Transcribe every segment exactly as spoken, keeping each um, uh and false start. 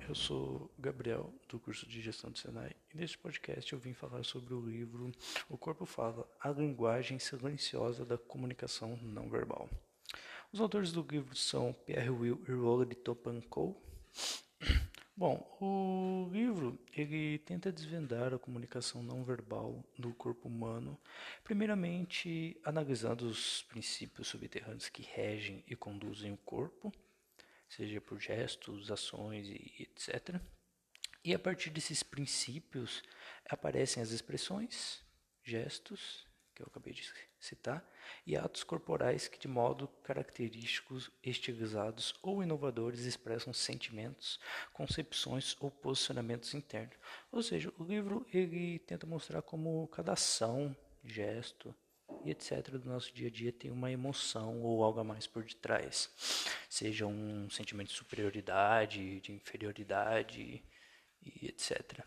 eu sou Gabriel, do curso de Gestão do Senai, e neste podcast eu vim falar sobre o livro O Corpo Fala, a linguagem silenciosa da comunicação não verbal. Os autores do livro são Pierre Will e Roland Topincourt. Bom, o livro ele tenta desvendar a comunicação não verbal do corpo humano, primeiramente analisando os princípios subterrâneos que regem e conduzem o corpo, seja por gestos, ações e etcétera. E a partir desses princípios aparecem as expressões, gestos, que eu acabei de citar, e atos corporais que de modo característicos, estilizados ou inovadores expressam sentimentos, concepções ou posicionamentos internos. Ou seja, o livro ele tenta mostrar como cada ação, gesto e etcétera do nosso dia a dia tem uma emoção ou algo a mais por detrás. Seja um sentimento de superioridade, de inferioridade e etcétera.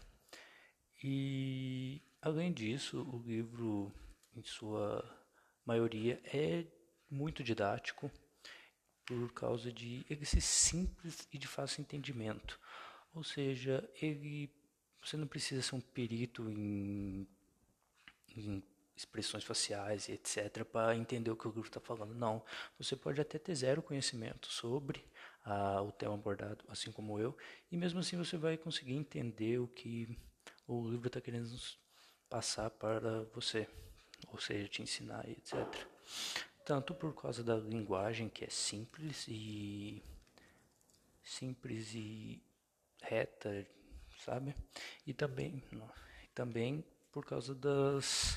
E além disso, o livro, em sua maioria, é muito didático por causa de ele ser simples e de fácil entendimento. Ou seja, ele você não precisa ser um perito em, em expressões faciais e etcétera para entender o que o livro está falando. Não, você pode até ter zero conhecimento sobre ah, o tema abordado, assim como eu, e mesmo assim você vai conseguir entender o que o livro está querendo passar para você, ou seja, te ensinar e etcétera. Tanto por causa da linguagem que é simples e simples e reta, sabe? E também, também por causa das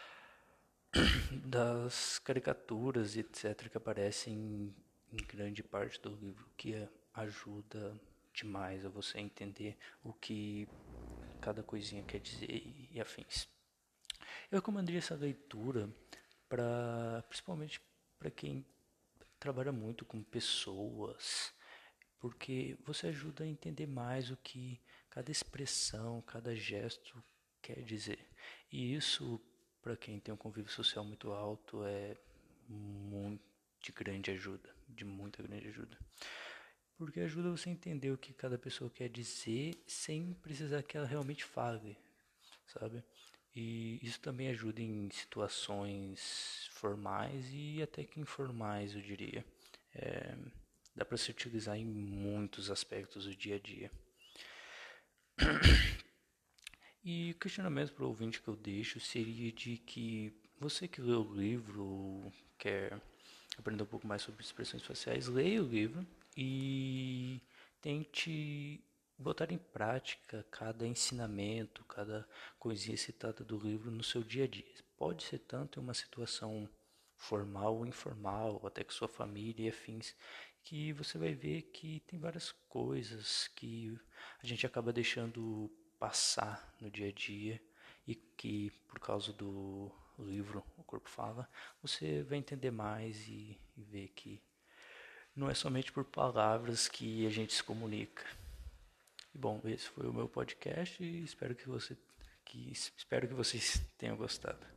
das caricaturas e etcétera que aparecem em grande parte do livro, que ajuda demais a você entender o que cada coisinha quer dizer e afins. Eu recomendaria essa leitura para principalmente para quem trabalha muito com pessoas, porque você ajuda a entender mais o que cada expressão, cada gesto quer dizer. E isso, para quem tem um convívio social muito alto, é muito de grande ajuda, de muita grande ajuda. Porque ajuda você a entender o que cada pessoa quer dizer sem precisar que ela realmente fale, sabe? E isso também ajuda em situações formais e até que informais, eu diria. É, dá para se utilizar em muitos aspectos do dia a dia. E o questionamento para o ouvinte que eu deixo seria de que você que leu o livro ou quer aprender um pouco mais sobre expressões faciais, leia o livro e tente botar em prática cada ensinamento, cada coisinha citada do livro no seu dia a dia. Pode ser tanto em uma situação formal ou informal, até com sua família e afins, que você vai ver que tem várias coisas que a gente acaba deixando passar no dia a dia e que por causa do livro O Corpo Fala, você vai entender mais e, e ver que não é somente por palavras que a gente se comunica. E bom, esse foi o meu podcast e espero que você que espero que vocês tenham gostado.